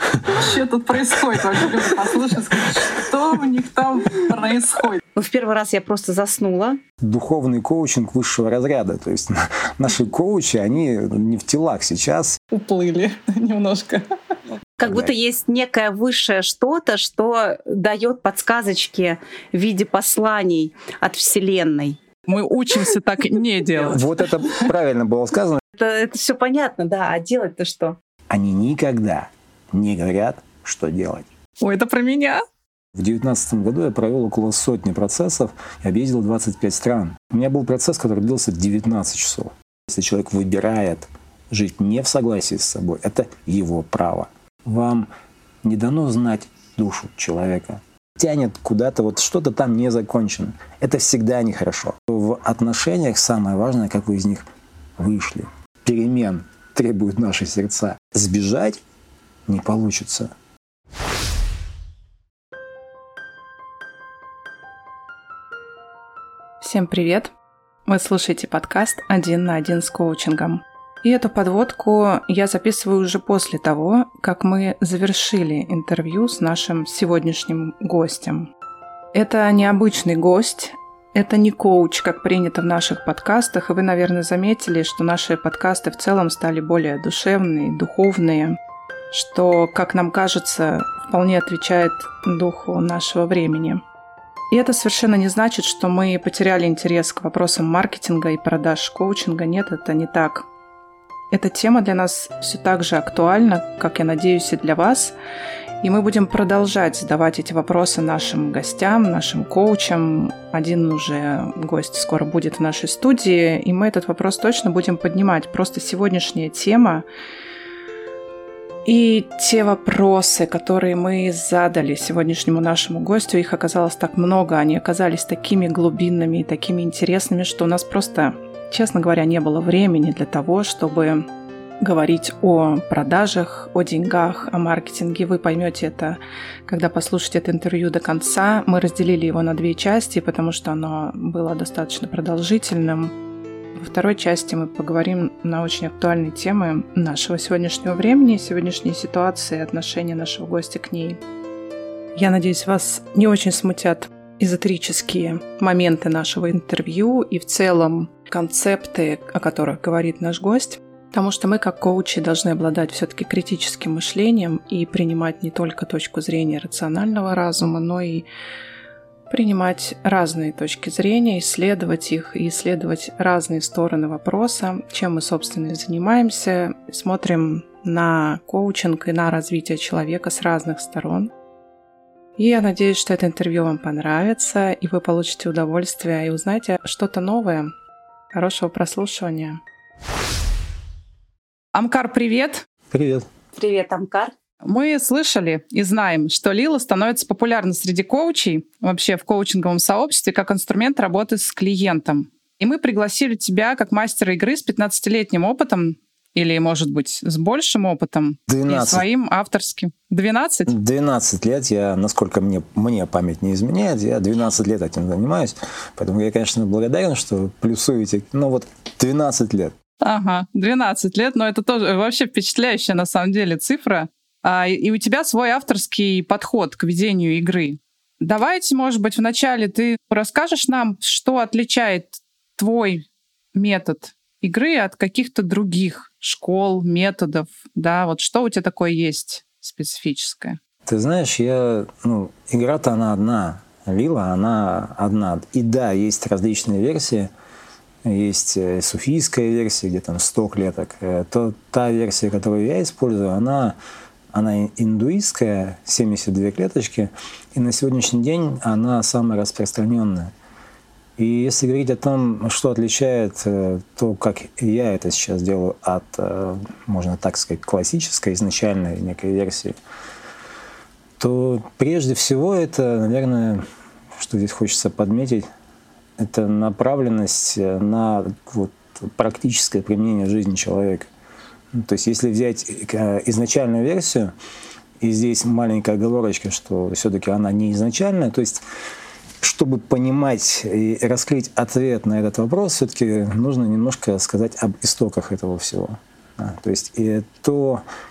Что тут происходит? Вообще люди послушают, скажут, что у них там происходит. Ну, в первый раз я просто заснула. Духовный коучинг высшего разряда. То есть наши коучи, они не в телах сейчас. Уплыли немножко. Как будто есть некое высшее что-то, что дает подсказочки в виде посланий от Вселенной. Мы учимся так не делать. Вот это правильно было сказано. Это все понятно, да. А делать-то что? Они никогда не говорят, что делать. Ой, это про меня? В 2019 году я провел около 100 процессов и объездил 25 стран. У меня был процесс, который длился 19 часов. Если человек выбирает жить не в согласии с собой, это его право. Вам не дано знать душу человека. Тянет куда-то, вот что-то там не закончено. Это всегда нехорошо. В отношениях самое важное, как вы из них вышли. Перемен требуют наши сердца. Сбежать не получится. Всем привет! Вы слушаете подкаст «Один на один с коучингом». И эту подводку я записываю уже после того, как мы завершили интервью с нашим сегодняшним гостем. Это необычный гость, это не коуч, как принято в наших подкастах, и вы, наверное, заметили, что наши подкасты в целом стали более душевные, духовные, что, как нам кажется, вполне отвечает духу нашего времени. И это совершенно не значит, что мы потеряли интерес к вопросам маркетинга и продаж коучинга. Нет, это не так. Эта тема для нас все так же актуальна, как, я надеюсь, и для вас. И мы будем продолжать задавать эти вопросы нашим гостям, нашим коучам. Один уже гость скоро будет в нашей студии, и мы этот вопрос точно будем поднимать. Просто сегодняшняя тема и те вопросы, которые мы задали сегодняшнему нашему гостю, их оказалось так много, они оказались такими глубинными и такими интересными, что у нас просто, честно говоря, не было времени для того, чтобы говорить о продажах, о деньгах, о маркетинге. Вы поймете это, когда послушаете это интервью до конца. Мы разделили его на 2 части, потому что оно было достаточно продолжительным. Во второй части мы поговорим на очень актуальные темы нашего сегодняшнего времени, сегодняшней ситуации, отношения нашего гостя к ней. Я надеюсь, вас не очень смутят эзотерические моменты нашего интервью и в целом концепты, о которых говорит наш гость, потому что мы, как коучи, должны обладать все-таки критическим мышлением и принимать не только точку зрения рационального разума, но и принимать разные точки зрения, исследовать их и исследовать разные стороны вопроса, чем мы, собственно, и занимаемся. Смотрим на коучинг и на развитие человека с разных сторон. И я надеюсь, что это интервью вам понравится, и вы получите удовольствие и узнаете что-то новое. Хорошего прослушивания. Амкар, привет! Привет. Привет, Амкар. Мы слышали и знаем, что Лила становится популярна среди коучей, вообще в коучинговом сообществе, как инструмент работы с клиентом. И мы пригласили тебя как мастера игры с 15-летним опытом, или, может быть, с большим опытом, 12. и своим авторским. 12? 12 лет я, насколько мне память не изменяет, я 12 лет этим занимаюсь. Поэтому я, конечно, благодарен, что плюсуете. 12 лет. Ага, 12 лет, но это тоже вообще впечатляющая на самом деле цифра. И у тебя свой авторский подход к ведению игры. Давайте, может быть, вначале ты расскажешь нам, что отличает твой метод игры от каких-то других школ, методов, да, вот что у тебя такое есть специфическое? Ты знаешь, игра-то она одна, Лила, она одна. И да, есть различные версии. Есть суфийская версия, где там 100 клеток. Та версия, которую я использую, она индуистская, 72 клеточки, и на сегодняшний день она самая распространенная. И если говорить о том, что отличает то, как я это сейчас делаю, от, можно так сказать, классической, изначальной некой версии, то прежде всего это, наверное, что здесь хочется подметить, это направленность на практическое применение в жизни человека. То есть если взять изначальную версию, и здесь маленькая оговорочка, что все-таки она не изначальная, то есть чтобы понимать и раскрыть ответ на этот вопрос, все-таки нужно немножко сказать об истоках этого всего. То есть и то,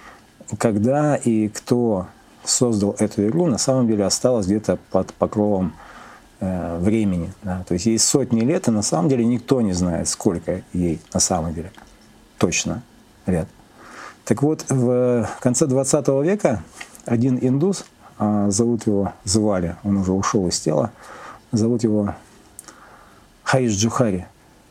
когда и кто создал эту игру, на самом деле осталось где-то под покровом времени. Да? То есть ей сотни лет, и на самом деле никто не знает, сколько ей на самом деле точно лет. Так вот, в конце 20 века один индус, звали, он уже ушел из тела, зовут его Хариш Джохари,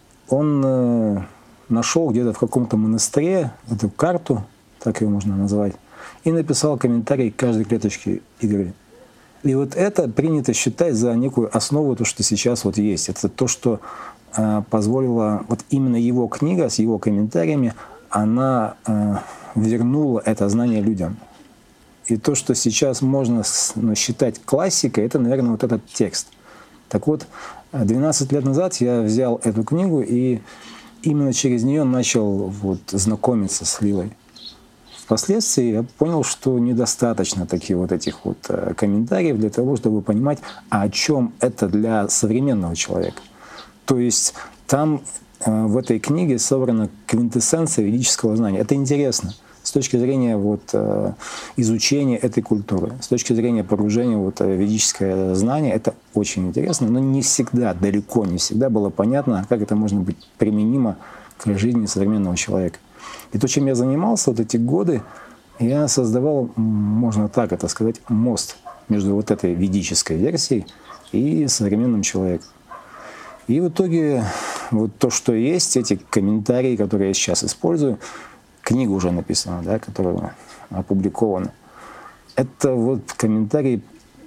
он нашел где-то в каком-то монастыре эту карту, так ее можно назвать, и написал комментарий к каждой клеточке игры. И вот это принято считать за некую основу, то, что сейчас вот есть. Это то, что позволило, вот именно его книга с его комментариями, она вернула это знание людям. И то, что сейчас можно считать классикой, это, наверное, вот этот текст. Так вот, 12 лет назад я взял эту книгу и именно через нее начал вот знакомиться с Лилой. Впоследствии я понял, что недостаточно таких вот этих вот комментариев для того, чтобы понимать, о чем это для современного человека. То есть там в этой книге собрана квинтэссенция ведического знания. Это интересно с точки зрения вот изучения этой культуры, с точки зрения погружения вот в ведическое знание. Это очень интересно, но не всегда, далеко не всегда было понятно, как это может быть применимо к жизни современного человека. И то, чем я занимался вот эти годы, я создавал, можно так это сказать, мост между вот этой ведической версией и современным человеком. И в итоге вот то, что есть, эти комментарии, которые я сейчас использую, книга уже написана, да, которая опубликована, это вот комментарии,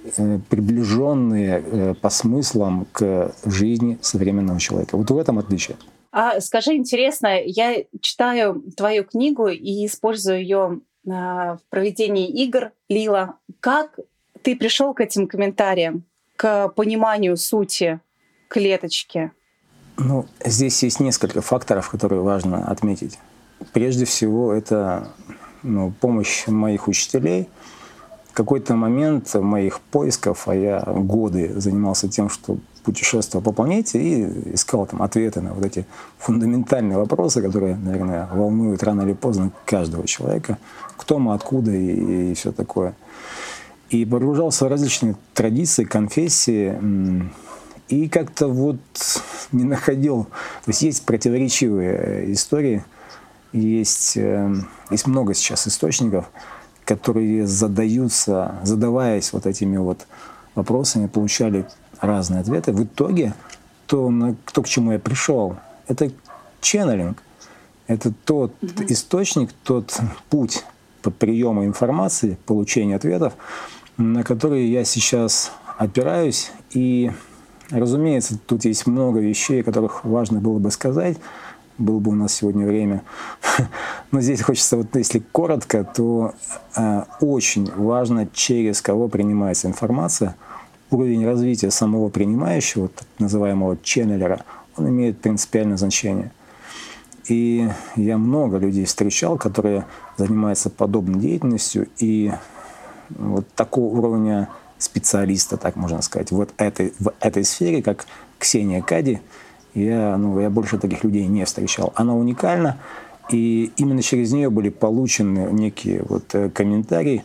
приближенные по смыслам к жизни современного человека. Вот в этом отличие. А скажи, интересно, я читаю твою книгу и использую ее в проведении игр Лила. Как ты пришел к этим комментариям, к пониманию сути клеточки? Ну, здесь есть несколько факторов, которые важно отметить. Прежде всего, это помощь моих учителей. В какой-то момент моих поисков, а я годы занимался тем, что путешествовал по планете и искал там ответы на вот эти фундаментальные вопросы, которые, наверное, волнуют рано или поздно каждого человека. Кто мы, откуда и все такое. И погружался в различные традиции, конфессии, и как-то вот не находил. То есть есть противоречивые истории, есть много сейчас источников, которые задаваясь вот этими вот вопросами, получали разные ответы. В итоге то, к чему я пришел, это ченнелинг. Это тот источник, тот путь по приему информации, получению ответов, на которые я сейчас опираюсь. И, разумеется, тут есть много вещей, о которых важно было бы сказать. Было бы у нас сегодня время. Но здесь хочется, вот если коротко, то очень важно, через кого принимается информация. Уровень развития самого принимающего, так называемого ченнелера, он имеет принципиальное значение. И я много людей встречал, которые занимаются подобной деятельностью, и вот такого уровня специалиста, так можно сказать, в этой сфере, как Ксения Кади, я больше таких людей не встречал. Она уникальна, и именно через нее были получены некие вот комментарии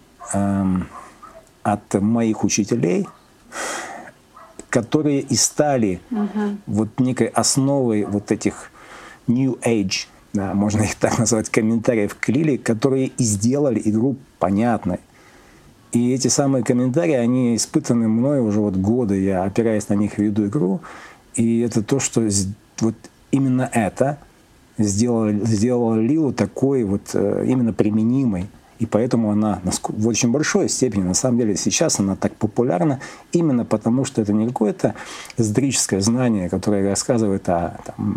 от моих учителей, которые и стали вот некой основой вот этих New Age, да, можно их так назвать, комментариев к Лиле, которые и сделали игру понятной. И эти самые комментарии, они испытаны мной уже вот годы, я опираясь на них веду игру, и это то, что вот именно это сделало Лилу такой вот именно применимой. И поэтому она в очень большой степени, на самом деле, сейчас она так популярна, именно потому что это не какое-то эзотерическое знание, которое рассказывает о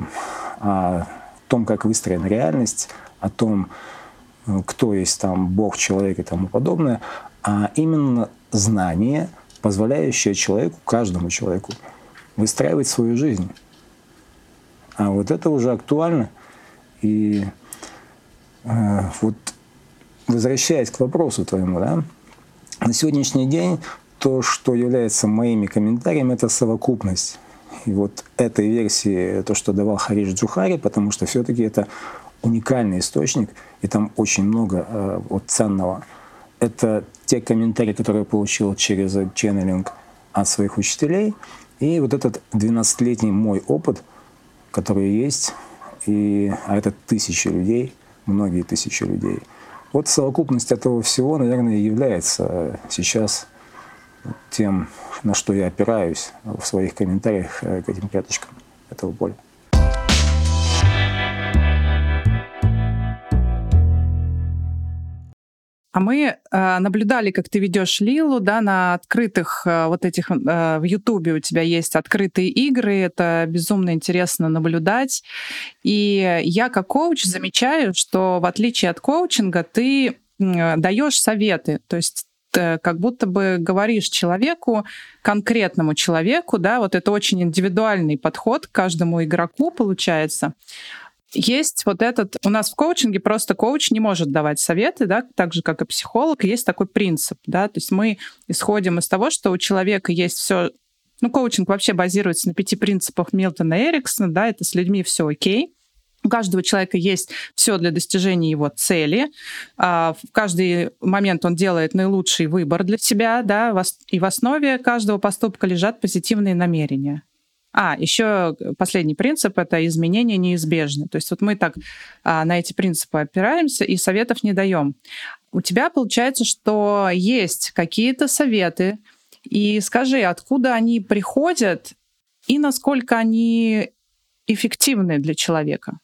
том, как выстроена реальность, о том, кто есть там Бог, человек и тому подобное, а именно знание, позволяющее человеку, каждому человеку, выстраивать свою жизнь. А вот это уже актуально. И вот возвращаясь к вопросу твоему, да, на сегодняшний день то, что является моими комментариями, это совокупность. И вот этой версии, то, что давал Хариш Джохари, потому что все-таки это уникальный источник, и там очень много вот ценного. Это те комментарии, которые я получил через ченнелинг от своих учителей, и вот этот 12-летний мой опыт, который есть, а это тысячи людей, многие тысячи людей. Вот совокупность этого всего, наверное, является сейчас тем, на что я опираюсь в своих комментариях к этим клеточкам этого поля. А мы наблюдали, как ты ведешь Лилу, да, на открытых вот этих в Ютубе у тебя есть открытые игры, это безумно интересно наблюдать. И я как коуч замечаю, что в отличие от коучинга ты даешь советы, то есть как будто бы говоришь человеку, конкретному человеку, да, вот это очень индивидуальный подход к каждому игроку получается. Есть вот этот... У нас в коучинге просто коуч не может давать советы, да, так же, как и психолог. Есть такой принцип, да, то есть мы исходим из того, что у человека есть все. Ну, коучинг вообще базируется на 5 принципах Милтона Эриксона, да, это с людьми все окей. У каждого человека есть все для достижения его цели. В каждый момент он делает наилучший выбор для себя, да, и в основе каждого поступка лежат позитивные намерения. Еще последний принцип — это изменения неизбежны. То есть вот мы так на эти принципы опираемся и советов не даем. У тебя получается, что есть какие-то советы, и скажи, откуда они приходят и насколько они эффективны для человека?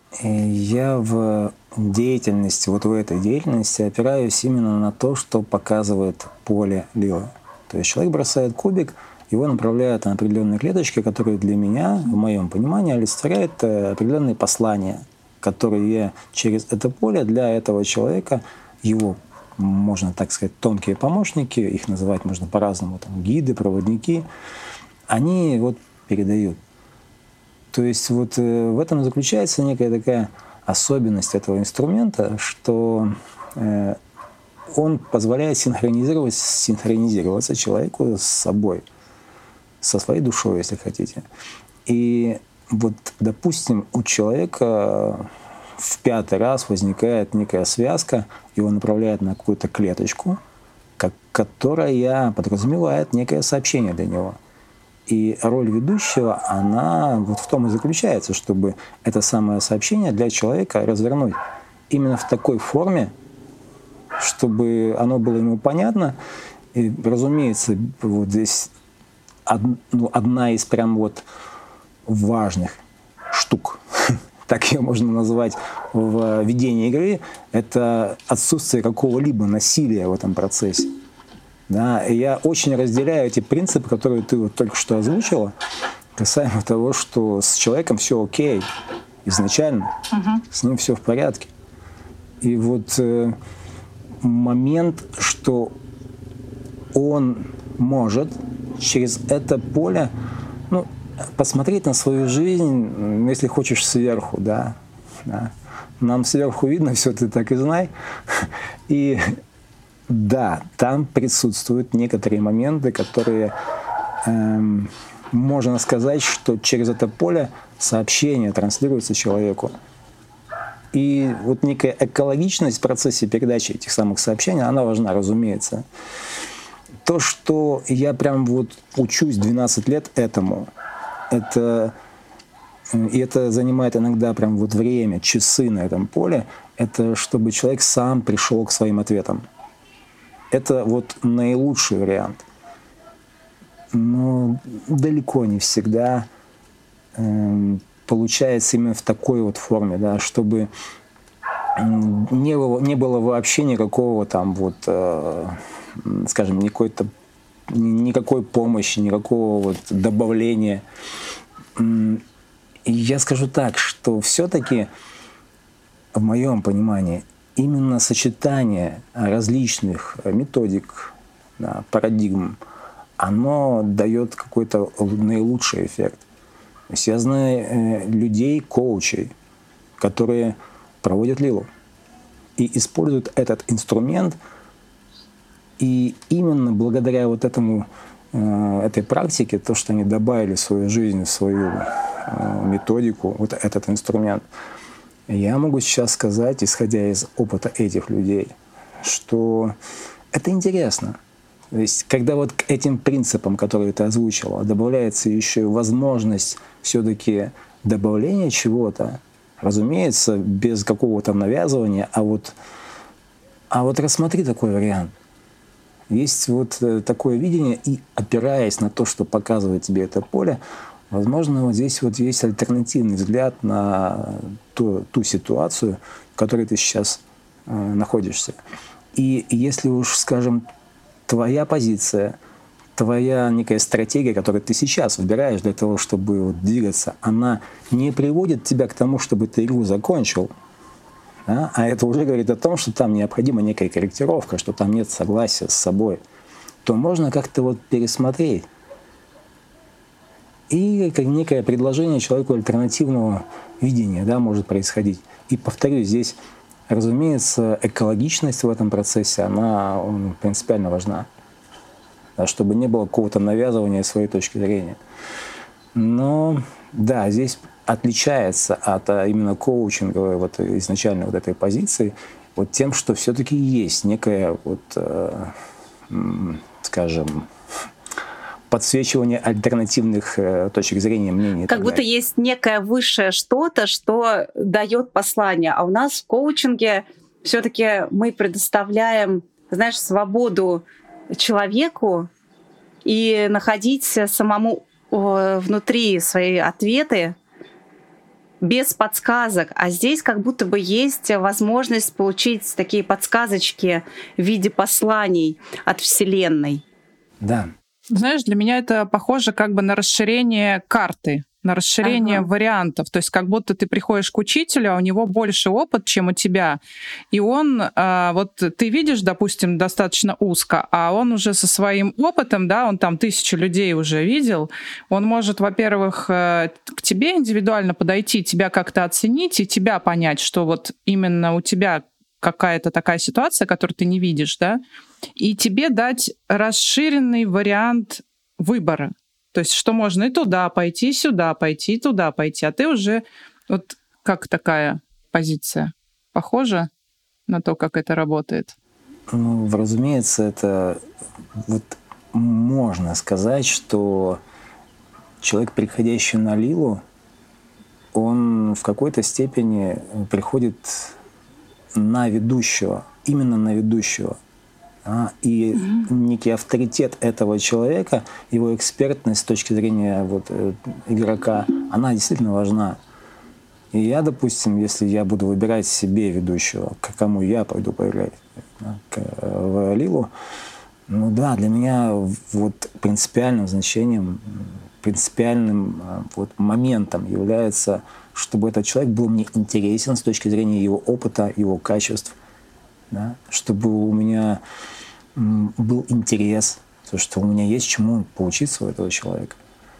Я в деятельности, вот в этой деятельности опираюсь именно на то, что показывает поле Лилы. То есть человек бросает кубик, его направляют на определенные клеточки, которые для меня, в моем понимании, олицетворяют определенные послания, которые через это поле для этого человека, его, можно так сказать, тонкие помощники, их называть можно по-разному, там, гиды, проводники, они вот передают. То есть вот в этом заключается некая такая особенность этого инструмента, что он позволяет синхронизироваться человеку с собой, со своей душой, если хотите. И вот, допустим, у человека в 5-й раз возникает некая связка, его направляет на какую-то клеточку, которая подразумевает некое сообщение для него. И роль ведущего, она вот в том и заключается, чтобы это самое сообщение для человека развернуть именно в такой форме, чтобы оно было ему понятно. И, разумеется, вот здесь одна из прям вот важных штук, так ее можно назвать, в ведении игры, это отсутствие какого-либо насилия в этом процессе. Да, и я очень разделяю эти принципы, которые ты вот только что озвучила, касаемо того, что с человеком все окей изначально, с ним все в порядке. И вот момент, что он может через это поле посмотреть на свою жизнь, если хочешь, сверху, да. Нам сверху видно все, ты так и знай. И да, там присутствуют некоторые моменты, которые, можно сказать, что через это поле сообщение транслируется человеку. И вот некая экологичность в процессе передачи этих самых сообщений, она важна, разумеется. То, что я прям вот учусь 12 лет этому, это занимает иногда прям вот время, часы на этом поле, это чтобы человек сам пришел к своим ответам. Это вот наилучший вариант. Но далеко не всегда получается именно в такой вот форме, да, чтобы не было вообще никакого там вот, скажем, никакой помощи, никакого вот добавления. И я скажу так, что все-таки в моем понимании именно сочетание различных методик, да, парадигм, оно дает какой-то наилучший эффект. То есть я знаю людей, коучей, которые проводят Лилу и используют этот инструмент, и именно благодаря вот этой практике, то, что они добавили в свою жизнь, в свою методику, вот этот инструмент, Я могу сейчас сказать, исходя из опыта этих людей, что это интересно. То есть, когда вот к этим принципам, которые ты озвучила, добавляется еще и возможность все-таки добавления чего-то, разумеется, без какого-то навязывания, а вот рассмотри такой вариант. Есть вот такое видение, и опираясь на то, что показывает тебе это поле, возможно, вот здесь вот есть альтернативный взгляд на ту ситуацию, в которой ты сейчас находишься. И если уж, скажем, твоя позиция, твоя некая стратегия, которую ты сейчас выбираешь для того, чтобы вот двигаться, она не приводит тебя к тому, чтобы ты игру закончил, да? А это уже говорит о том, что там необходима некая корректировка, что там нет согласия с собой, то можно как-то вот пересмотреть. И как некое предложение человеку альтернативного видения, да, может происходить. И повторюсь, здесь, разумеется, экологичность в этом процессе, она принципиально важна, да, чтобы не было какого-то навязывания своей точки зрения. Но да, здесь отличается от именно коучинговой вот изначально вот этой позиции вот тем, что все-таки есть некая вот, скажем, подсвечивание альтернативных точек зрения, мнений. Как будто есть некое высшее что-то, что дает послание. А у нас в коучинге все-таки мы предоставляем, знаешь, свободу человеку и находить самому внутри свои ответы без подсказок. А здесь как будто бы есть возможность получить такие подсказочки в виде посланий от Вселенной. Да. Знаешь, для меня это похоже как бы на расширение карты, на расширение вариантов. То есть как будто ты приходишь к учителю, а у него больше опыт, чем у тебя. И он, вот ты видишь, допустим, достаточно узко, а он уже со своим опытом, да, он там 1000 людей уже видел, он может, во-первых, к тебе индивидуально подойти, тебя как-то оценить и тебя понять, что вот именно у тебя какая-то такая ситуация, которую ты не видишь, да, и тебе дать расширенный вариант выбора. То есть что можно и туда пойти, и сюда пойти, и туда пойти. А ты уже... Вот как такая позиция? Похожа на то, как это работает? Ну, разумеется, это вот можно сказать, что человек, приходящий на Лилу, он в какой-то степени приходит на ведущего, именно на ведущего. И некий авторитет этого человека, его экспертность с точки зрения вот, игрока, она действительно важна. И я, допустим, если я буду выбирать себе ведущего, к кому я пойду поиграть в Лилу, ну да, для меня вот принципиальным значением, принципиальным вот моментом является, чтобы этот человек был мне интересен с точки зрения его опыта, его качеств, да? Чтобы у меня был интерес, то, что у меня есть чему поучиться у этого человека,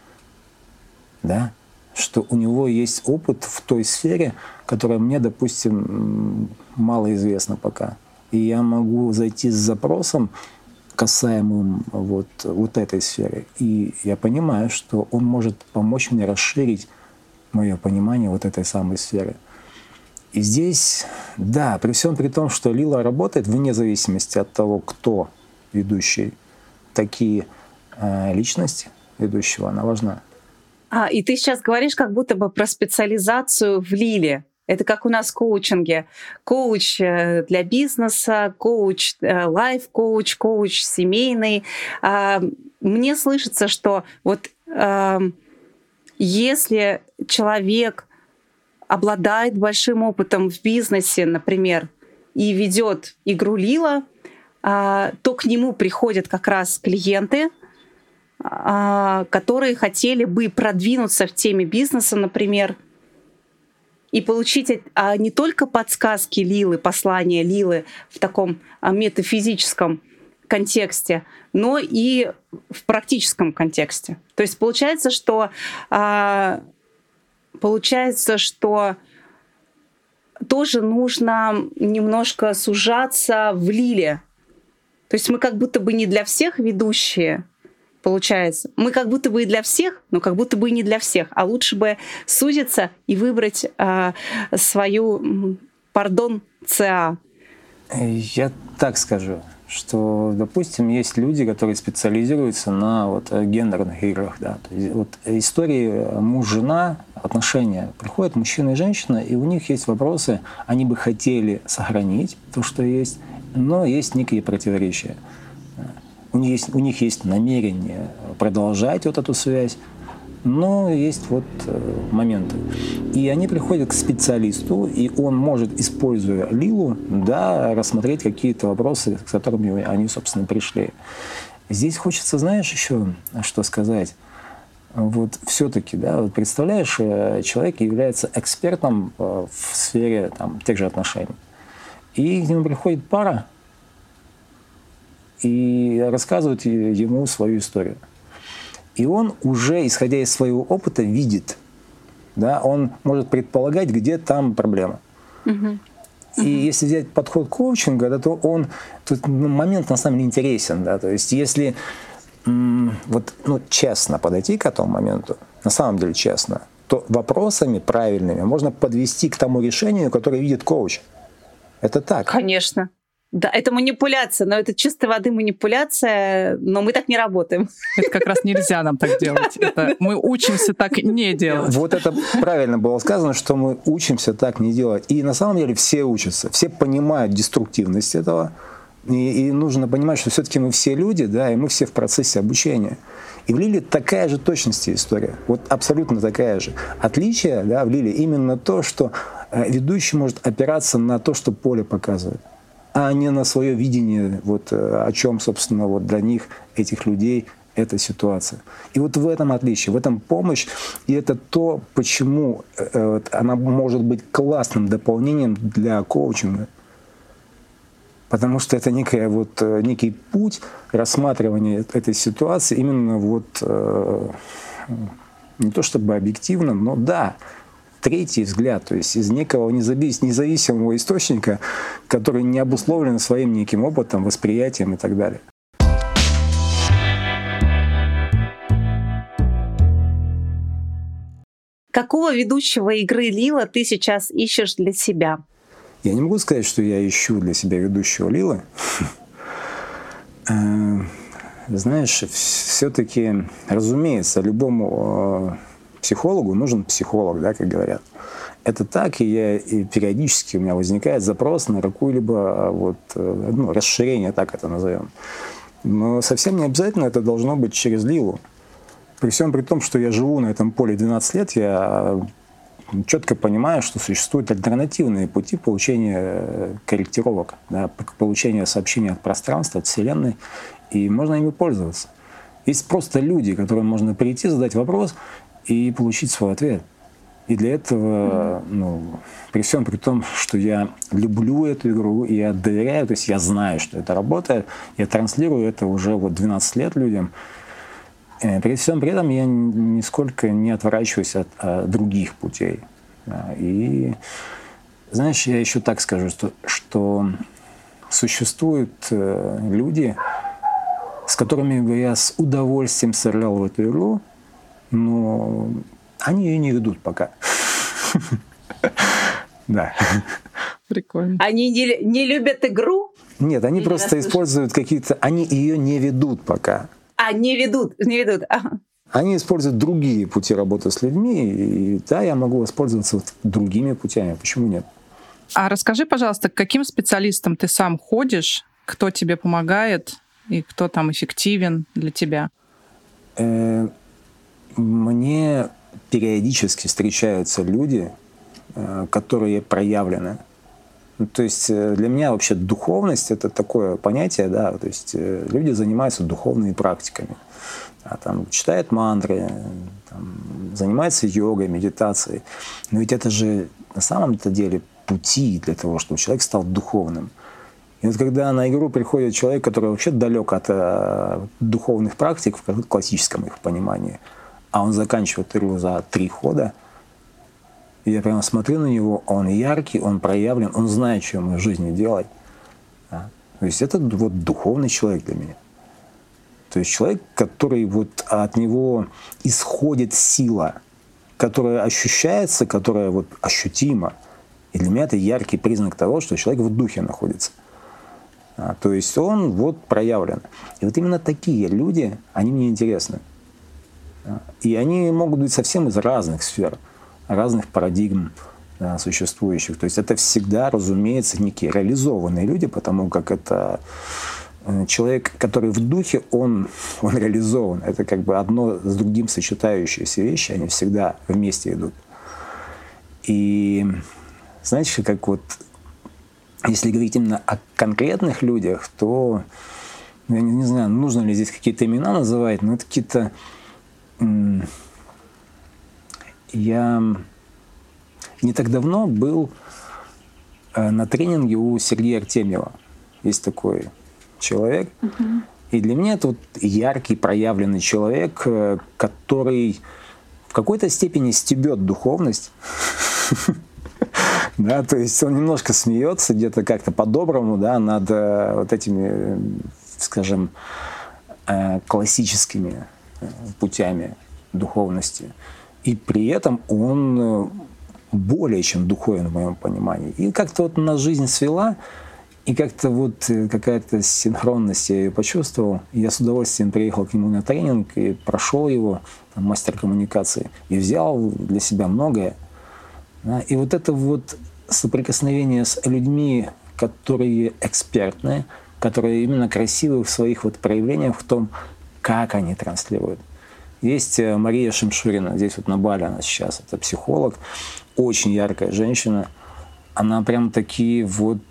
да? Что у него есть опыт в той сфере, которая мне, допустим, мало известна пока. И я могу зайти с запросом, касаемым вот этой сферы. И я понимаю, что он может помочь мне расширить мое понимание вот этой самой сферы. И здесь, да, при всем при том, что Лила работает вне зависимости от того, кто ведущий, такие личности ведущего, она важна. И ты сейчас говоришь как будто бы про специализацию в Лиле. Это как у нас в коучинге. Коуч для бизнеса, коуч лайф-коуч, коуч семейный. Мне слышится, что вот если человек обладает большим опытом в бизнесе, например, и ведет игру Лила, то к нему приходят как раз клиенты, которые хотели бы продвинуться в теме бизнеса, например, и получить не только подсказки Лилы, послания Лилы в таком метафизическом контексте, но и в практическом контексте. То есть получается, что тоже нужно немножко сужаться в Лиле. То есть мы как будто бы не для всех ведущие, получается. Мы как будто бы и для всех, но как будто бы и не для всех. А лучше бы сузиться и выбрать свою, ЦА. Я так скажу, что, допустим, есть люди, которые специализируются на вот гендерных играх. Да. То есть, вот истории муж-жена, отношения. Приходят мужчина и женщина, и у них есть вопросы, они бы хотели сохранить то, что есть, но есть некие противоречия. У них есть намерение продолжать вот эту связь, но есть вот моменты. И они приходят к специалисту, и он может, используя Лилу, да, рассмотреть какие-то вопросы, с которыми они, собственно, пришли. Здесь хочется, знаешь, еще что сказать. Вот все-таки, да, вот представляешь, человек является экспертом в сфере там, тех же отношений. И к нему приходит пара и рассказывает ему свою историю. И он уже, исходя из своего опыта, видит, да, он может предполагать, где там проблема. И если взять подход коучинга, да, то тут момент на самом деле интересен. Да, то есть если честно подойти к этому моменту, на самом деле честно, то вопросами правильными можно подвести к тому решению, которое видит коуч. Это так. Конечно. Да, это манипуляция, но это чистой воды манипуляция, но мы так не работаем. Это как раз нельзя нам так делать. Мы учимся так не делать. Вот это правильно было сказано, что мы учимся так не делать. И на самом деле все учатся, все понимают деструктивность этого. И нужно понимать, что все-таки мы все люди, да, и мы все в процессе обучения. И в Лиле такая же точности история, вот абсолютно такая же. Отличие, да, в Лиле именно то, что ведущий может опираться на то, что поле показывает, а не на свое видение, вот, о чем, собственно, вот для них, этих людей, эта ситуация. И вот в этом отличие, в этом помощь, и это то, почему она может быть классным дополнением для коучинга. Потому что это некий путь рассматривания этой ситуации именно не то чтобы объективно, но да, третий взгляд, то есть из некого независимого источника, который не обусловлен своим неким опытом, восприятием и так далее. Какого ведущего игры Лила ты сейчас ищешь для себя? Я не могу сказать, что я ищу для себя ведущего Лилы. Знаешь, все-таки, разумеется, любому психологу нужен психолог, да, как говорят. Это так, и периодически у меня возникает запрос на какое-либо расширение, так это назовем. Но совсем не обязательно это должно быть через Лилу. При всем при том, что я живу на этом поле 12 лет, я четко понимаю, что существуют альтернативные пути получения корректировок, да, получения сообщений от пространства, от Вселенной, и можно ими пользоваться. Есть просто люди, к которым можно прийти, задать вопрос и получить свой ответ. И для этого, при всем при том, что я люблю эту игру, и я доверяю, то есть я знаю, что это работает, я транслирую это уже 12 лет людям, при всем при этом я нисколько не отворачиваюсь от других путей. И, знаешь, я еще так скажу, что существуют люди, с которыми бы я с удовольствием сыграл в эту игру, но они ее не ведут пока. Да. Прикольно. Они не любят игру? Нет, они просто используют какие-то... Они ее не ведут пока. Не ведут. Ага. Они используют другие пути работы с людьми, и да, я могу воспользоваться другими путями. Почему нет? А расскажи, пожалуйста, к каким специалистам ты сам ходишь, кто тебе помогает и кто там эффективен для тебя? Мне периодически встречаются люди, которые проявлены. То есть для меня вообще духовность — это такое понятие, да, то есть люди занимаются духовными практиками, читают мантры, занимаются йогой, медитацией. Но ведь это же на самом-то деле пути для того, чтобы человек стал духовным. И вот когда на игру приходит человек, который вообще далек от духовных практик в классическом их понимании, а он заканчивает игру за 3 хода, и я прямо смотрю на него, он яркий, он проявлен, он знает, что ему в жизни делать. Да? То есть это духовный человек для меня. То есть человек, который вот от него исходит сила, которая ощущается, которая вот ощутима. И для меня это яркий признак того, что человек в духе находится. То есть он вот проявлен. И вот именно такие люди, они мне интересны. И они могут быть совсем из разных сфер, разных парадигм существующих. То есть это всегда, разумеется, некие реализованные люди, потому как это человек, который в духе, он реализован. Это как бы одно с другим сочетающиеся вещи, они всегда вместе идут. И знаете, как вот, если говорить именно о конкретных людях, то, я не знаю, нужно ли здесь какие-то имена называть, но это какие-то... Я не так давно был на тренинге у Сергея Артемьева. Есть такой человек. И для меня это вот яркий, проявленный человек, который в какой-то степени стебет духовность. Да, то есть он немножко смеется где-то как-то по-доброму, да, над вот этими, скажем, классическими путями духовности. И при этом он более чем духовен в моем понимании. И как-то вот нас жизнь свела, и как-то вот какая-то синхронность я ее почувствовал. И я с удовольствием приехал к нему на тренинг и прошел его, там, мастер коммуникации, и взял для себя многое. Да, и вот это вот соприкосновение с людьми, которые экспертные, которые именно красивы в своих вот проявлениях в том, как они транслируют. Есть Мария Шимшурина, здесь вот на Бали она сейчас, это психолог, очень яркая женщина. Она прям такие вот,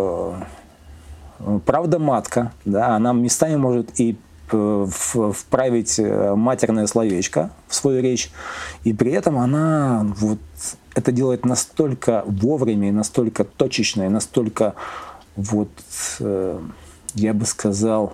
правда матка, да, она местами может и вправить матерное словечко в свою речь, и при этом она вот это делает настолько вовремя, настолько точечно, и настолько вот, я бы сказал,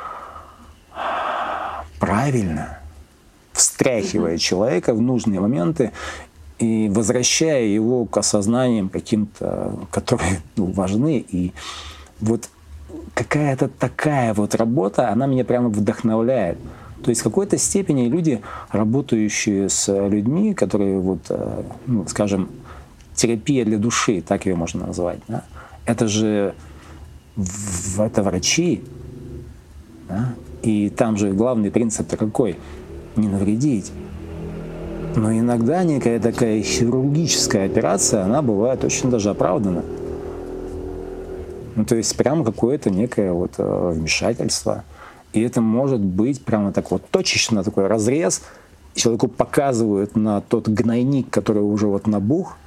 правильно, встряхивая человека в нужные моменты и возвращая его к осознаниям каким-то, которые важны. И вот какая-то такая вот работа, она меня прямо вдохновляет. То есть в какой-то степени люди, работающие с людьми, которые, вот, скажем, терапия для души, так ее можно назвать, да? Это же это врачи, да? И там же главный принцип-то какой? Не навредить. Но иногда некая такая хирургическая операция, она бывает очень даже оправдана. То есть прямо какое-то некое вот вмешательство. И это может быть прямо так вот точечно, такой разрез. Человеку показывают на тот гнойник, который уже вот набух.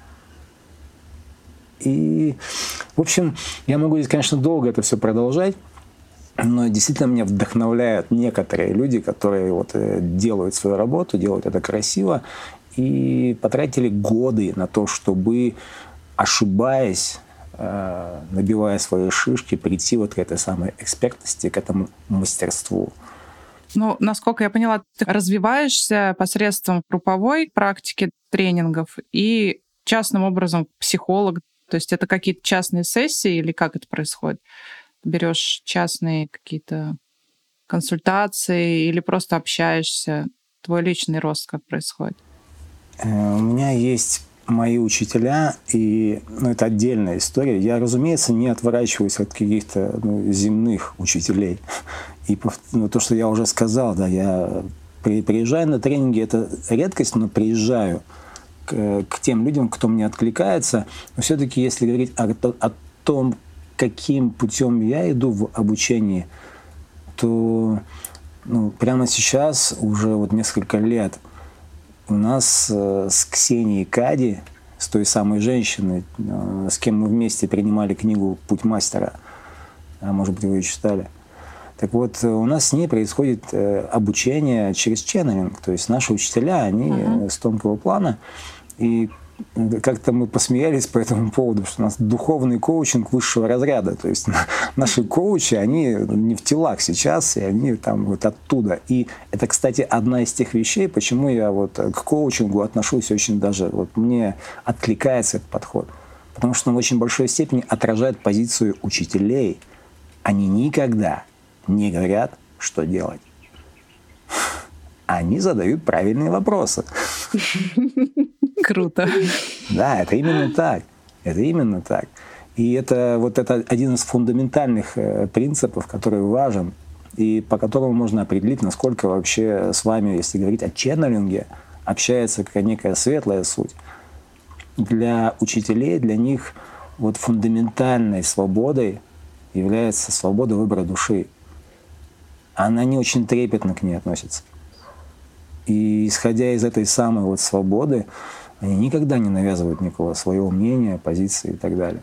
И, в общем, я могу здесь, конечно, долго это все продолжать, но действительно меня вдохновляют некоторые люди, которые вот делают свою работу, делают это красиво, и потратили годы на то, чтобы, ошибаясь, набивая свои шишки, прийти вот к этой самой экспертности, к этому мастерству. Ну, насколько я поняла, ты развиваешься посредством групповой практики тренингов и частным образом психолог. То есть это какие-то частные сессии или как это происходит? Берешь частные какие-то консультации или просто общаешься? Твой личный рост как происходит? У меня есть мои учителя, и это отдельная история. Я, разумеется, не отворачиваюсь от каких-то земных учителей. И то, что я уже сказал, да, я приезжаю на тренинги, это редкость, но приезжаю к тем людям, кто мне откликается. Но все-таки, если говорить о том, каким путем я иду в обучении, то прямо сейчас, уже вот несколько лет, у нас с Ксенией Кади, с той самой женщиной, с кем мы вместе принимали книгу «Путь мастера», может быть, вы ее читали. Так вот, у нас с ней происходит обучение через ченнелинг. То есть наши учителя, они с тонкого плана. И как-то мы посмеялись по этому поводу, что у нас духовный коучинг высшего разряда. То есть наши коучи, они не в телах сейчас, и они там вот оттуда. И это, кстати, одна из тех вещей, почему я вот к коучингу отношусь очень даже, вот мне откликается этот подход. Потому что он в очень большой степени отражает позицию учителей. Они никогда не говорят, что делать. они задают правильные вопросы. Круто. Да, это именно так. Это именно так. И это один из фундаментальных принципов, который важен, и по которому можно определить, насколько вообще с вами, если говорить о ченнелинге, общается какая некая светлая суть. Для учителей, для них фундаментальной свободой является свобода выбора души. Она не очень трепетно к ней относится. И исходя из этой самой свободы, они никогда не навязывают никакого своего мнения, позиции и так далее.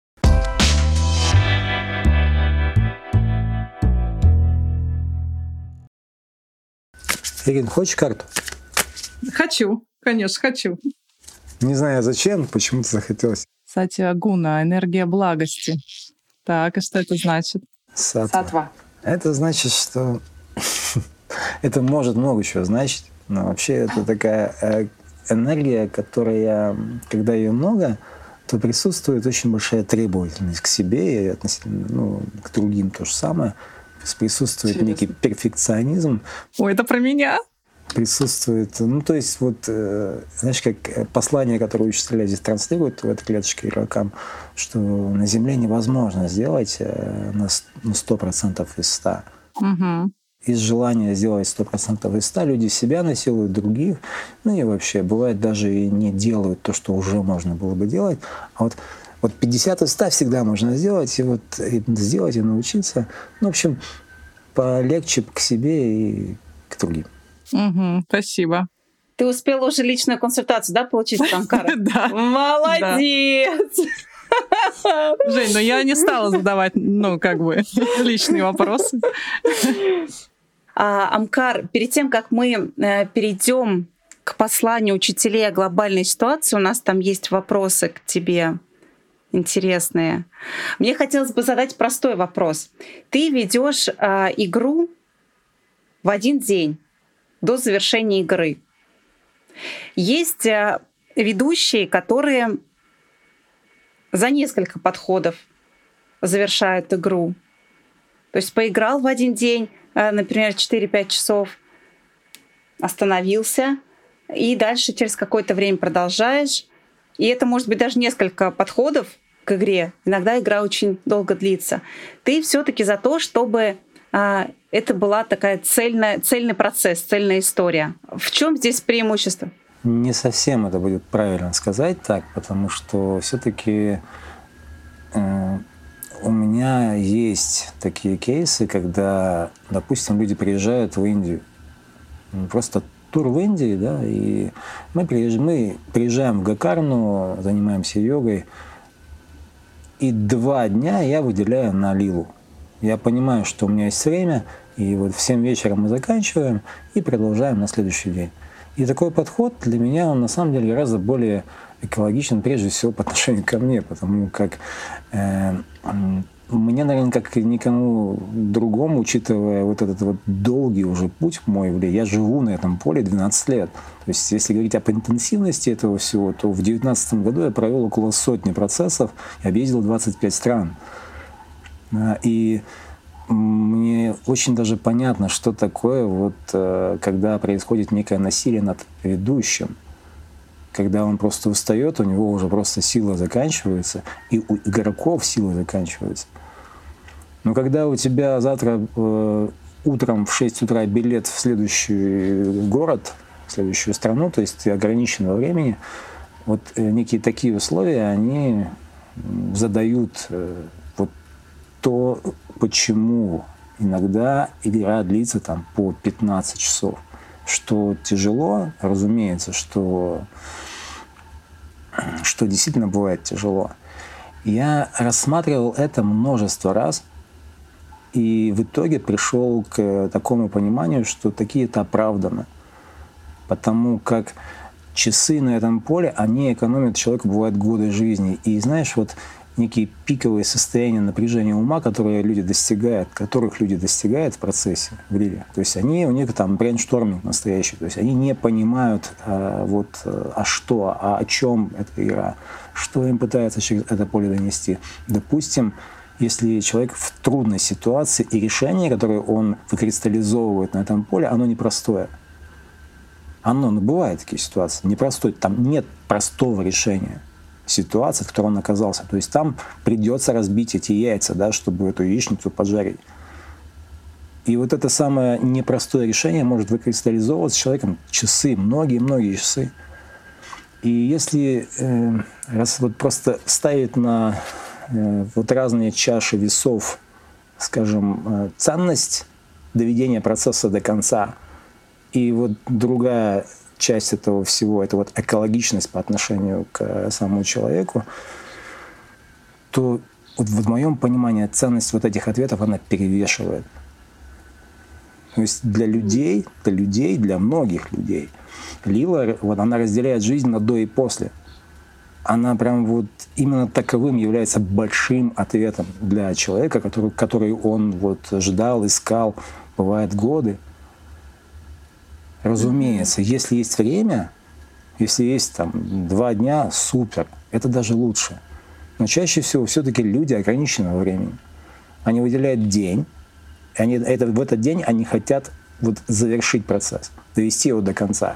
Ирина, хочешь карту? Хочу, конечно, хочу. Не знаю зачем, почему-то захотелось. Сатья Гуна, энергия благости. Так, и что это значит? Сатва. Это значит, что это может много чего значить, но вообще это такая энергия, которая, когда ее много, то присутствует очень большая требовательность к себе и относительно, к другим то же самое. То есть присутствует Интересно. Некий перфекционизм. Ой, это про меня? Присутствует, знаешь, как послание, которое учителя здесь транслируют в этой клеточке игрокам, что на Земле невозможно сделать на 100% из 100. Угу. Из желания сделать 100% из 100 люди себя насилуют, других, и вообще, бывает, даже и не делают то, что уже можно было бы делать, а вот 50 из 100 всегда можно сделать, и сделать, и научиться. В общем, полегче к себе и к другим. Угу, спасибо. Ты успела уже личную консультацию, да, получить от Амкара? Да. Молодец! Жень, я не стала задавать, личные вопросы. Амкар, перед тем, как мы перейдем к посланию учителей о глобальной ситуации, у нас там есть вопросы к тебе интересные. Мне хотелось бы задать простой вопрос. Ты ведешь игру в один день до завершения игры. Есть ведущие, которые за несколько подходов завершают игру. То есть поиграл в один день, например, 4-5 часов, остановился, и дальше через какое-то время продолжаешь. И это может быть даже несколько подходов к игре. Иногда игра очень долго длится. Ты все-таки за то, чтобы это была такая цельный процесс, цельная история. В чем здесь преимущество? Не совсем это будет правильно сказать так, потому что все-таки у меня есть такие кейсы, когда, допустим, люди приезжают в Индию, просто тур в Индии, да, и мы приезжаем в Гокарну, занимаемся йогой, и 2 дня я выделяю на лилу. Я понимаю, что у меня есть время, и в 7 вечера мы заканчиваем и продолжаем на следующий день. И такой подход для меня, он на самом деле гораздо более экологичен, прежде всего по отношению ко мне, потому как мне, наверное, как и никому другому, учитывая этот долгий уже путь мой, я живу на этом поле 12 лет. То есть, если говорить об интенсивности этого всего, то в 2019 году я провел около 100 процессов и объездил 25 стран. И мне очень даже понятно, что такое, когда происходит некое насилие над ведущим. Когда он просто устает, у него уже просто сила заканчивается, и у игроков сила заканчивается. Но когда у тебя завтра утром в 6 утра билет в следующий город, в следующую страну, то есть ты ограничен во времени, некие такие условия, они задают то, почему иногда игра длится по 15 часов. Что тяжело, разумеется, что действительно бывает тяжело. Я рассматривал это множество раз, и в итоге пришел к такому пониманию, что такие-то оправданы. Потому как часы на этом поле, они экономят человеку, бывает, годы жизни. И знаешь, некие пиковые состояния напряжения ума, которых люди достигают в процессе в лиле. То есть у них там брейншторминг настоящий. То есть они не понимают, о чем эта игра, что им пытаются через это поле донести. Допустим, если человек в трудной ситуации, и решение, которое он выкристаллизовывает на этом поле, оно непростое. Ну, бывают такие ситуации, непростой, там нет простого решения ситуации, в которой он оказался. То есть там придется разбить эти яйца, да, чтобы эту яичницу поджарить. И вот это самое непростое решение может выкристаллизовываться с человеком часы, многие-многие часы. И если раз вот просто ставить на вот разные чаши весов, скажем, ценность доведения процесса до конца, и вот другая часть этого всего, это вот экологичность по отношению к самому человеку, то вот в моем понимании ценность вот этих ответов, она перевешивает. То есть для людей, для многих людей, Лила, вот она разделяет жизнь на до и после. Она прям вот именно таковым является большим ответом для человека, который он вот ждал, искал, бывает годы. Разумеется, если есть время, если есть там 2 дня, супер, это даже лучше. Но чаще всего все-таки люди ограниченного времени. Они выделяют день, и в этот день они хотят вот завершить процесс, довести его до конца.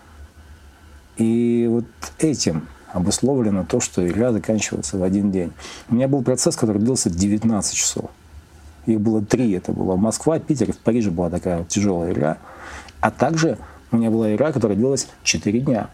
И вот этим обусловлено то, что игра заканчивается в один день. У меня был процесс, который длился 19 часов. Их было 3. Это была Москва, Питер и в Париже была такая вот тяжелая игра. А также у меня была игра, которая длилась 4 дня.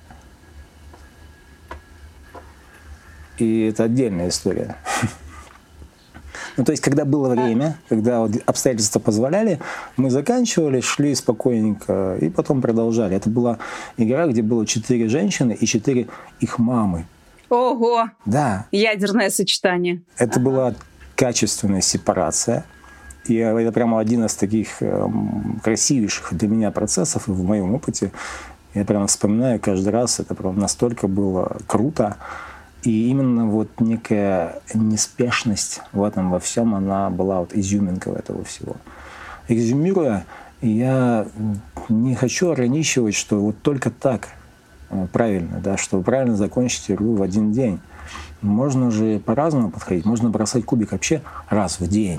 И это отдельная история. Ну, то есть, когда было время, когда вот обстоятельства позволяли, мы заканчивали, шли спокойненько и потом продолжали. Это была игра, где было 4 женщины и 4 их мамы. Ого! Да. Ядерное сочетание. Это была качественная сепарация. И это прямо один из таких красивейших для меня процессов, и в моем опыте. Я прямо вспоминаю каждый раз, это прям настолько было круто. И именно вот некая неспешность в этом во всем, она была вот изюминкой этого всего. Резюмируя, я не хочу ограничивать, что вот только так правильно, да, что правильно закончить игру в один день. Можно же по-разному подходить. Можно бросать кубик вообще раз в день.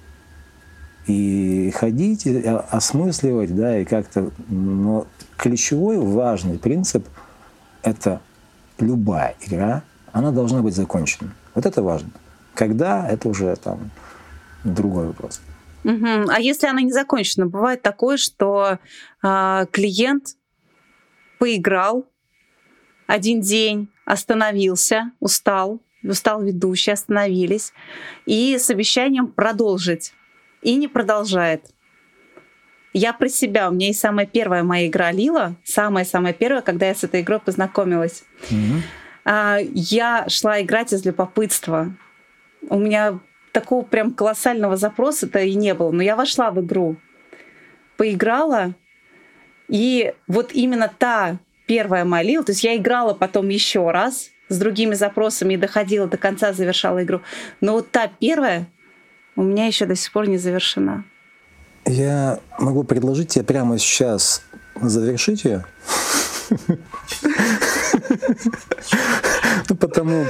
И ходить, и осмысливать, да, и как-то... Но ключевой, важный принцип — это любая игра, она должна быть закончена. Вот это важно. Когда — это уже там другой вопрос. Угу. А если она не закончена? Бывает такое, что клиент поиграл один день, остановился, устал ведущий, остановились, и с обещанием продолжить. И не продолжает. Я про себя. У меня есть самая первая моя игра Лила. Самая-самая первая, когда я с этой игрой познакомилась. Я шла играть из любопытства. У меня такого прям колоссального запроса-то и не было. Но я вошла в игру, поиграла, и вот именно та первая моя Лила, то есть я играла потом еще раз с другими запросами и доходила до конца, завершала игру. Но вот та первая у меня еще до сих пор не завершена. Я могу предложить тебе прямо сейчас завершить ее. Потому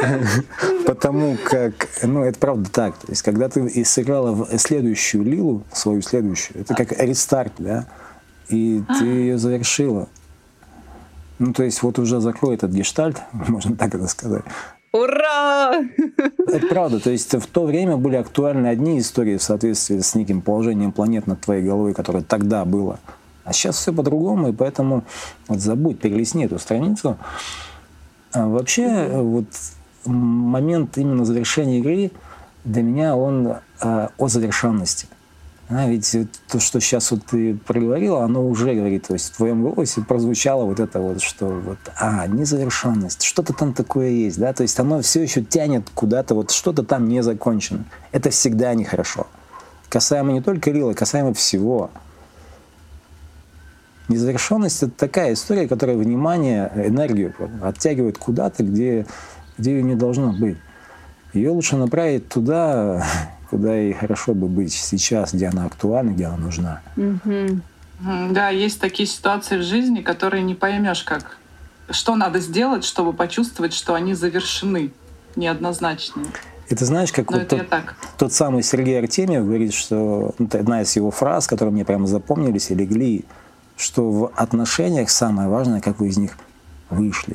как, это правда так. То есть, когда ты и сыграла в следующую Лилу, свою следующую, это как рестарт, да, и ты ее завершила. Ну, то есть, вот уже закрой этот гештальт, можно так это сказать. Ура! Это правда. То есть в то время были актуальны одни истории в соответствии с неким положением планет над твоей головой, которое тогда было. А сейчас все по-другому, и поэтому вот забудь, перелистни эту страницу. А вообще, вот момент именно завершения игры для меня он о завершенности. Ведь то, что сейчас вот ты проговорила, оно уже говорит, то есть в твоем голосе прозвучало вот это вот, что вот, незавершенность, что-то там такое есть, да, то есть оно все еще тянет куда-то, вот что-то там не закончено. Это всегда нехорошо. Касаемо не только Лилы, касаемо всего. Незавершенность — это такая история, которая внимание, энергию оттягивает куда-то, где ее не должно быть. Ее лучше направить туда, куда и хорошо бы быть сейчас, где она актуальна, где она нужна. Да, есть такие ситуации в жизни, которые не поймешь, что надо сделать, чтобы почувствовать, что они завершены, неоднозначные. Это знаешь, как вот тот самый Сергей Артемьев говорит, что это одна из его фраз, которые мне прямо запомнились и легли, что в отношениях самое важное, как вы из них вышли.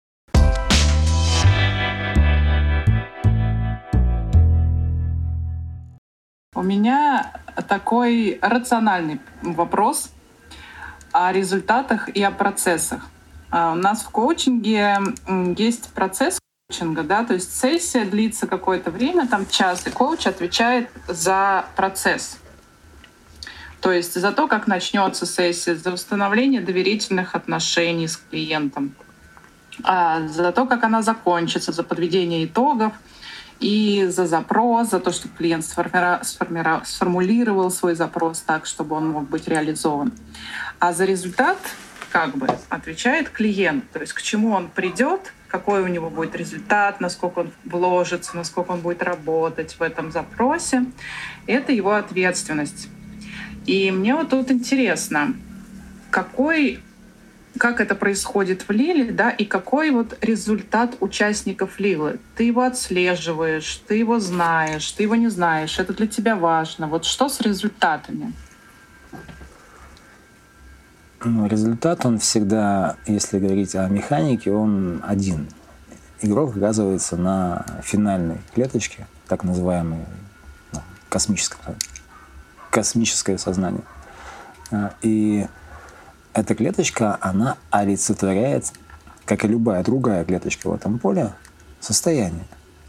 У меня такой рациональный вопрос о результатах и о процессах. У нас в коучинге есть процесс коучинга, да, то есть сессия длится какое-то время, там час, и коуч отвечает за процесс. То есть за то, как начнется сессия, за установление доверительных отношений с клиентом, за то, как она закончится, за подведение итогов и за запрос, за то, чтобы клиент сформулировал свой запрос так, чтобы он мог быть реализован. А за результат отвечает клиент, то есть к чему он придет, какой у него будет результат, насколько он вложится, насколько он будет работать в этом запросе. Это его ответственность. И мне вот тут интересно, как это происходит в Лиле, да, и какой вот результат участников Лилы. Ты его отслеживаешь, ты его знаешь, ты его не знаешь, это для тебя важно. Вот что с результатами? Результат, он всегда, если говорить о механике, он один. Игрок оказывается на финальной клеточке, так называемой космическое сознание. И эта клеточка, она олицетворяет, как и любая другая клеточка в этом поле, состояние.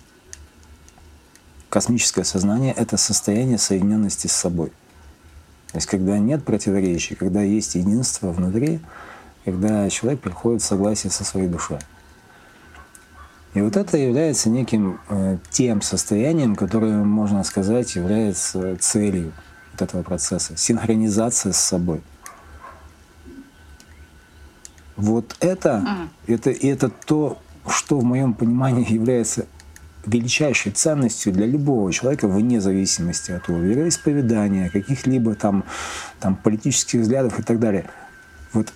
Космическое сознание — это состояние соединенности с собой. То есть когда нет противоречий, когда есть единство внутри, когда человек приходит в согласие со своей душой. И вот это является неким тем состоянием, которое, можно сказать, является целью вот этого процесса. Синхронизация с собой. Вот это то, что в моем понимании является величайшей ценностью для любого человека вне зависимости от его вероисповедания, каких-либо там политических взглядов и так далее. Вот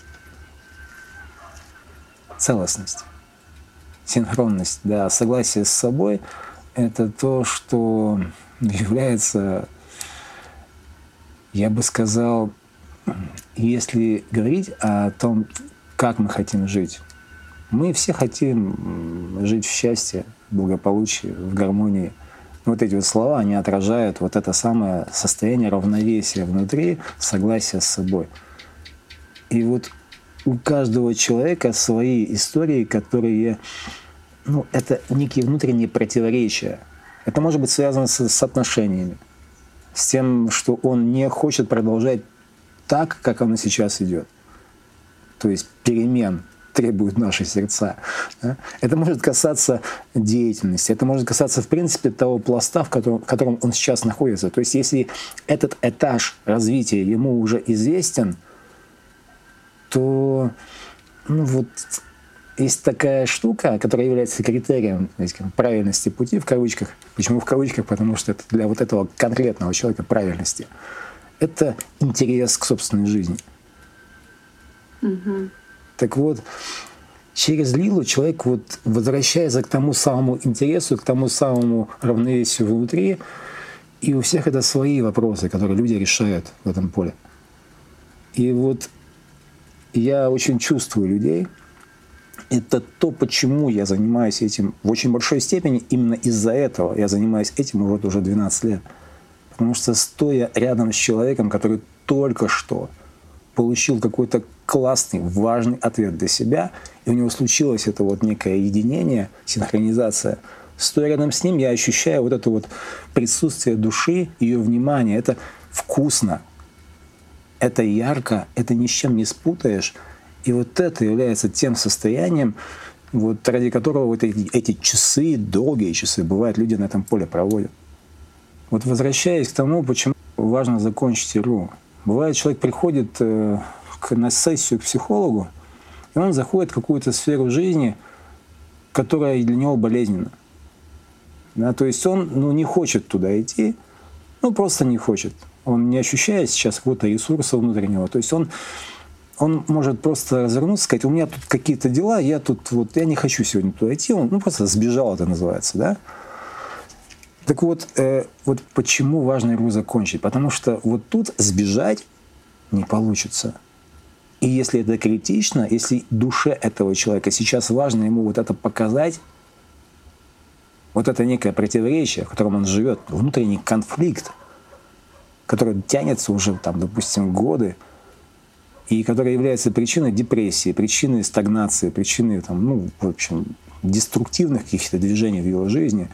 целостность, синхронность, да, согласие с собой — это то, что является, я бы сказал, если говорить о том, как мы хотим жить. Мы все хотим жить в счастье, в благополучии, в гармонии. Вот эти вот слова, они отражают вот это самое состояние равновесия внутри, согласия с собой. И вот у каждого человека свои истории, которые, это некие внутренние противоречия. Это может быть связано с отношениями, с тем, что он не хочет продолжать так, как оно сейчас идет. То есть перемен требуют наши сердца. Да? Это может касаться деятельности, это может касаться, в принципе, того пласта, в котором он сейчас находится. То есть если этот этаж развития ему уже известен, то есть такая штука, которая является критерием правильности пути, в кавычках. Почему в кавычках? Потому что это для вот этого конкретного человека правильности. Это интерес к собственной жизни. Угу. Так вот, через Лилу человек возвращается к тому самому интересу, к тому самому равновесию внутри, и у всех это свои вопросы, которые люди решают в этом поле. И вот я очень чувствую людей. Это то, почему я занимаюсь этим в очень большой степени. Именно из-за этого я занимаюсь этим уже 12 лет. Потому что стоя рядом с человеком, который только что получил какой-то классный, важный ответ для себя, и у него случилось это некое единение, синхронизация, стоя рядом с ним, я ощущаю вот это присутствие души, ее внимание. Это вкусно, это ярко, это ни с чем не спутаешь. И вот это является тем состоянием, ради которого эти часы, долгие часы, бывает, люди на этом поле проводят. Возвращаясь к тому, почему важно закончить игру. Бывает, человек приходит на сессию к психологу, и он заходит в какую-то сферу жизни, которая для него болезненна. Да, то есть он не хочет туда идти, просто не хочет. Он не ощущает сейчас какого-то ресурса внутреннего. То есть он может просто развернуться, сказать: у меня тут какие-то дела, я не хочу сегодня туда идти. Он просто сбежал, это называется, да? Так вот почему важно игру закончить? Потому что тут сбежать не получится. И если это критично, если душе этого человека сейчас важно ему вот это показать, вот это некое противоречие, в котором он живет, внутренний конфликт, который тянется уже, там, допустим, годы, и который является причиной депрессии, причиной стагнации, причиной, там, ну, в общем, деструктивных каких-то движений в его жизни.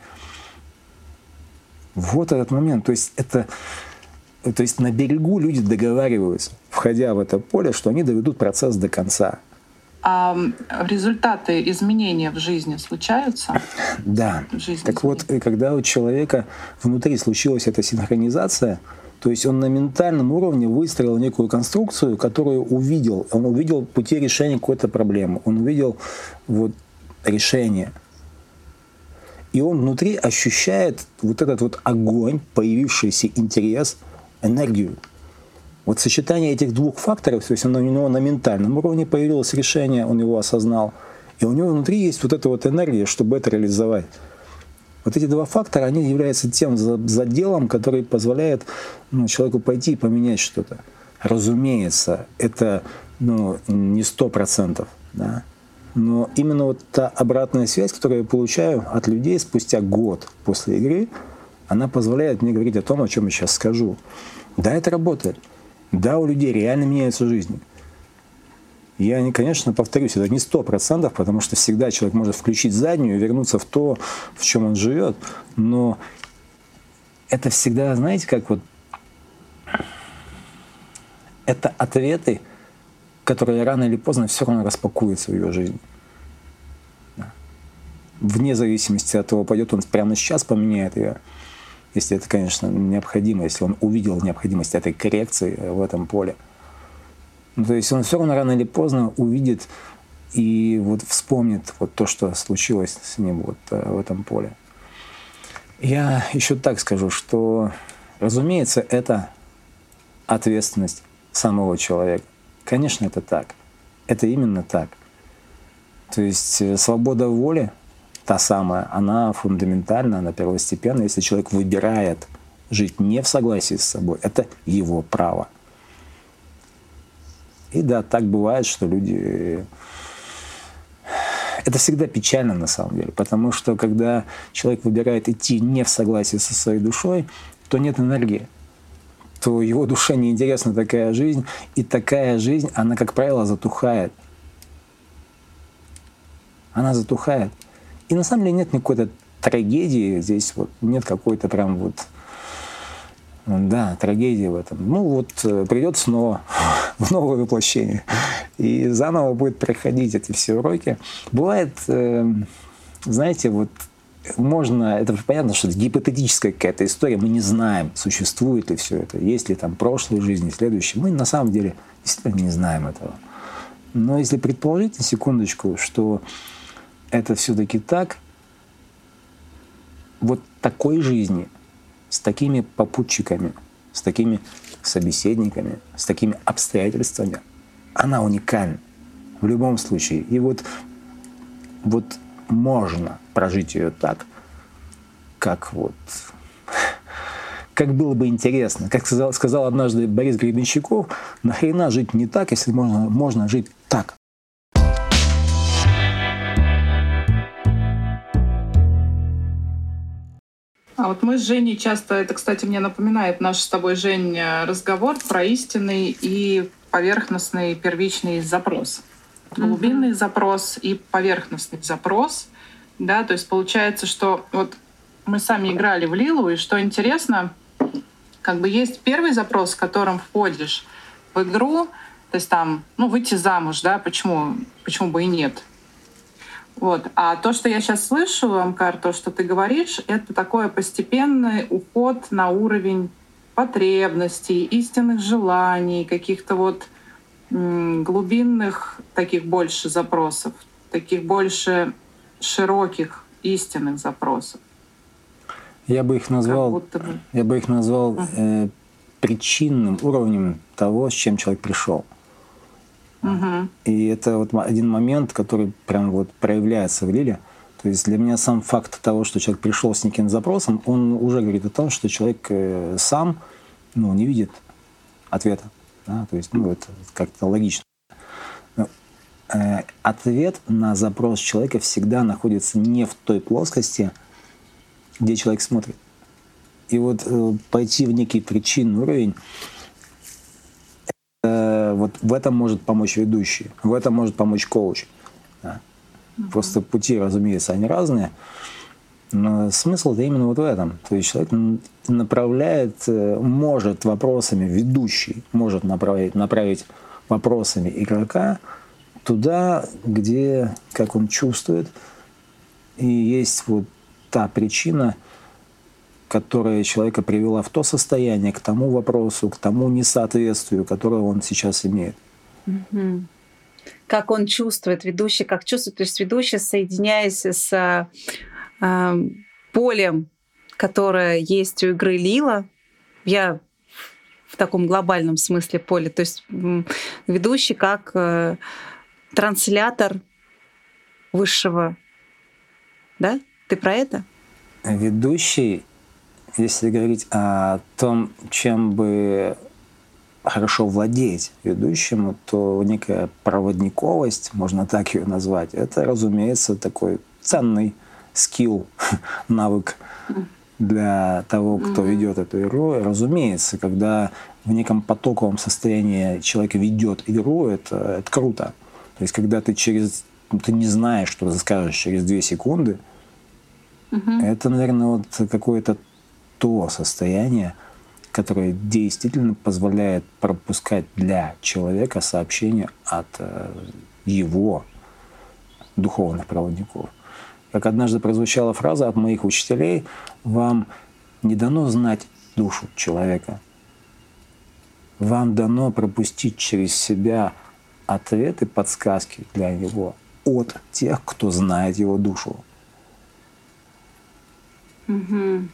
Вот этот момент. То есть на берегу люди договариваются, входя в это поле, что они доведут процесс до конца. А результаты изменения в жизни случаются? Да. Так вот, когда у человека внутри случилась эта синхронизация, то есть он на ментальном уровне выстроил некую конструкцию, которую увидел. Он увидел пути решения какой-то проблемы. Он увидел вот решение. И он внутри ощущает вот этот вот огонь, появившийся интерес, энергию. Вот сочетание этих двух факторов, то есть у него на ментальном уровне появилось решение, он его осознал, и у него внутри есть вот эта вот энергия, чтобы это реализовать. Вот эти два фактора, они являются тем заделом, который позволяет человеку пойти и поменять что-то. Разумеется, это не 100%, да? Но именно вот та обратная связь, которую я получаю от людей спустя год после игры, она позволяет мне говорить о том, о чем я сейчас скажу. Да, это работает. Да, у людей реально меняются жизни. Я, конечно, повторюсь, это не 100%, потому что всегда человек может включить заднюю и вернуться в то, в чем он живет. Но это всегда, знаете, как вот это ответы, которые рано или поздно все равно распакуются в его жизни. Да. Вне зависимости от того, пойдет он прямо сейчас, поменяет ее. Если это, конечно, необходимо, если он увидел необходимость этой коррекции в этом поле. То есть он все равно рано или поздно увидит и вот вспомнит вот то, что случилось с ним вот в этом поле. Я еще так скажу, что, разумеется, это ответственность самого человека. Конечно, это так. Это именно так. То есть свобода воли, та самая, она фундаментальна, она первостепенна. Если человек выбирает жить не в согласии с собой, это его право. И да, так бывает, что люди... Это всегда печально на самом деле, потому что когда человек выбирает идти не в согласии со своей душой, то нет энергии, то его душе неинтересна такая жизнь, и такая жизнь, она, как правило, затухает. Она затухает. И на самом деле нет никакой-то трагедии, здесь вот нет какой-то прям вот... Да, трагедия в этом. Ну вот придет снова в новое воплощение и заново будет проходить эти все уроки. Бывает, знаете, вот можно, это понятно, что это гипотетическая какая-то история, мы не знаем, существует ли все это, есть ли там прошлые жизни, следующие. Мы на самом деле действительно не знаем этого. Но если предположить на секундочку, что это все-таки так, вот такой жизни, с такими попутчиками, с такими собеседниками, с такими обстоятельствами, она уникальна в любом случае. И вот можно прожить ее так, как было бы интересно. Как сказал однажды Борис Гребенщиков, нахрена жить не так, если можно жить так. А вот мы с Женей часто, это, кстати, мне напоминает наш с тобой, Жень, разговор про истинный и поверхностный первичный запрос. Глубинный запрос и поверхностный запрос. Да, то есть получается, что вот мы сами играли в Лилу, и что интересно, как бы есть первый запрос, с которым входишь в игру, то есть там, выйти замуж, да, почему бы и нет. Вот. А то, что я сейчас слышу, Амкар, то, что ты говоришь, это такой постепенный уход на уровень потребностей, истинных желаний, каких-то вот глубинных таких больше запросов, таких больше широких истинных запросов. Я бы их назвал причинным уровнем того, с чем человек пришел. И это вот один момент, который прям вот проявляется в Лиле. То есть для меня сам факт того, что человек пришел с неким запросом, он уже говорит о том, что человек сам не видит ответа. Да? То есть это как-то логично. ответ на запрос человека всегда находится не в той плоскости, где человек смотрит. И вот пойти в некий причинный уровень, вот в этом может помочь ведущий, в этом может помочь коуч. Да. Просто пути, разумеется, они разные, но смысл-то именно вот в этом. То есть человек направляет, может вопросами, ведущий может направить вопросами игрока туда, где, как он чувствует, и есть вот та причина, которая человека привела в то состояние, к тому вопросу, к тому несоответствию, которое он сейчас имеет. Угу. Как он чувствует, ведущий, как чувствует. То есть ведущий, соединяясь с полем, которое есть у игры Лила, я в таком глобальном смысле поле, то есть ведущий как транслятор высшего, да? Ты про это? Ведущий, если говорить о том, чем бы хорошо владеть ведущему, то некая проводниковость, можно так ее назвать, это, разумеется, такой ценный скилл, навык для того, кто ведет эту игру. И, разумеется, когда в неком потоковом состоянии человек ведет игру, это круто. То есть, когда ты не знаешь, что ты скажешь через 2 секунды, это, наверное, вот какое-то то состояние, которое действительно позволяет пропускать для человека сообщения от его духовных проводников. Как однажды прозвучала фраза от моих учителей: «Вам не дано знать душу человека. Вам дано пропустить через себя ответы, подсказки для него от тех, кто знает его душу». Угу.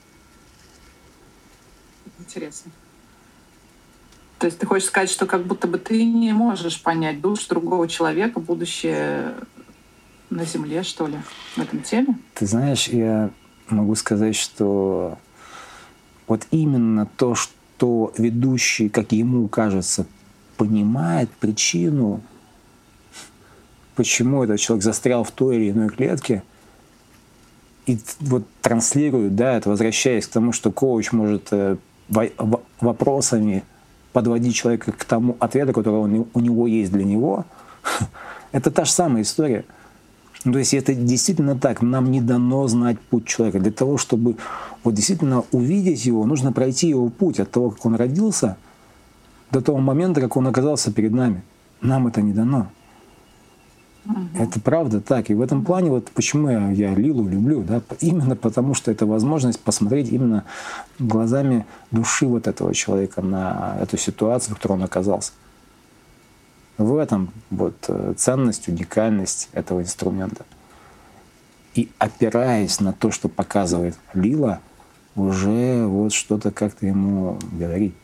Интересно. То есть ты хочешь сказать, что как будто бы ты не можешь понять душу другого человека, будущее на Земле, что ли, в этом теме? Ты знаешь, я могу сказать, что вот именно то, что ведущий, как ему кажется, понимает причину, почему этот человек застрял в той или иной клетке, и вот транслирует, да, это возвращаясь к тому, что коуч может вопросами подводить человека к тому ответу, который у него есть для него, это та же самая история. То есть это действительно так. Нам не дано знать путь человека. Для того, чтобы вот действительно увидеть его, нужно пройти его путь от того, как он родился, до того момента, как он оказался перед нами. Нам это не дано. Это правда так. И в этом плане, вот почему я Лилу люблю, да, именно потому, что это возможность посмотреть именно глазами души вот этого человека на эту ситуацию, в которой он оказался. В этом вот ценность, уникальность этого инструмента. И опираясь на то, что показывает Лила, уже вот что-то как-то ему говорить.